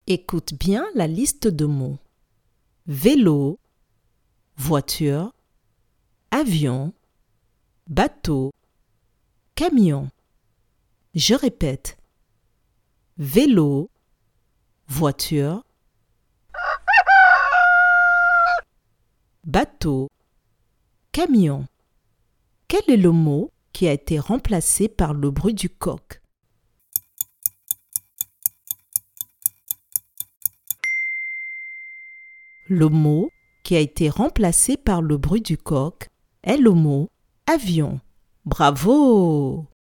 Écoute bien la liste de mots. Vélo, voiture, avion, bateau, camion. Je répète. Vélo, voiture, bateau, camion. Quel est le mot qui a été remplacé par le bruit du coq? Le mot qui a été remplacé par le bruit du coq est le mot avion. Bravo!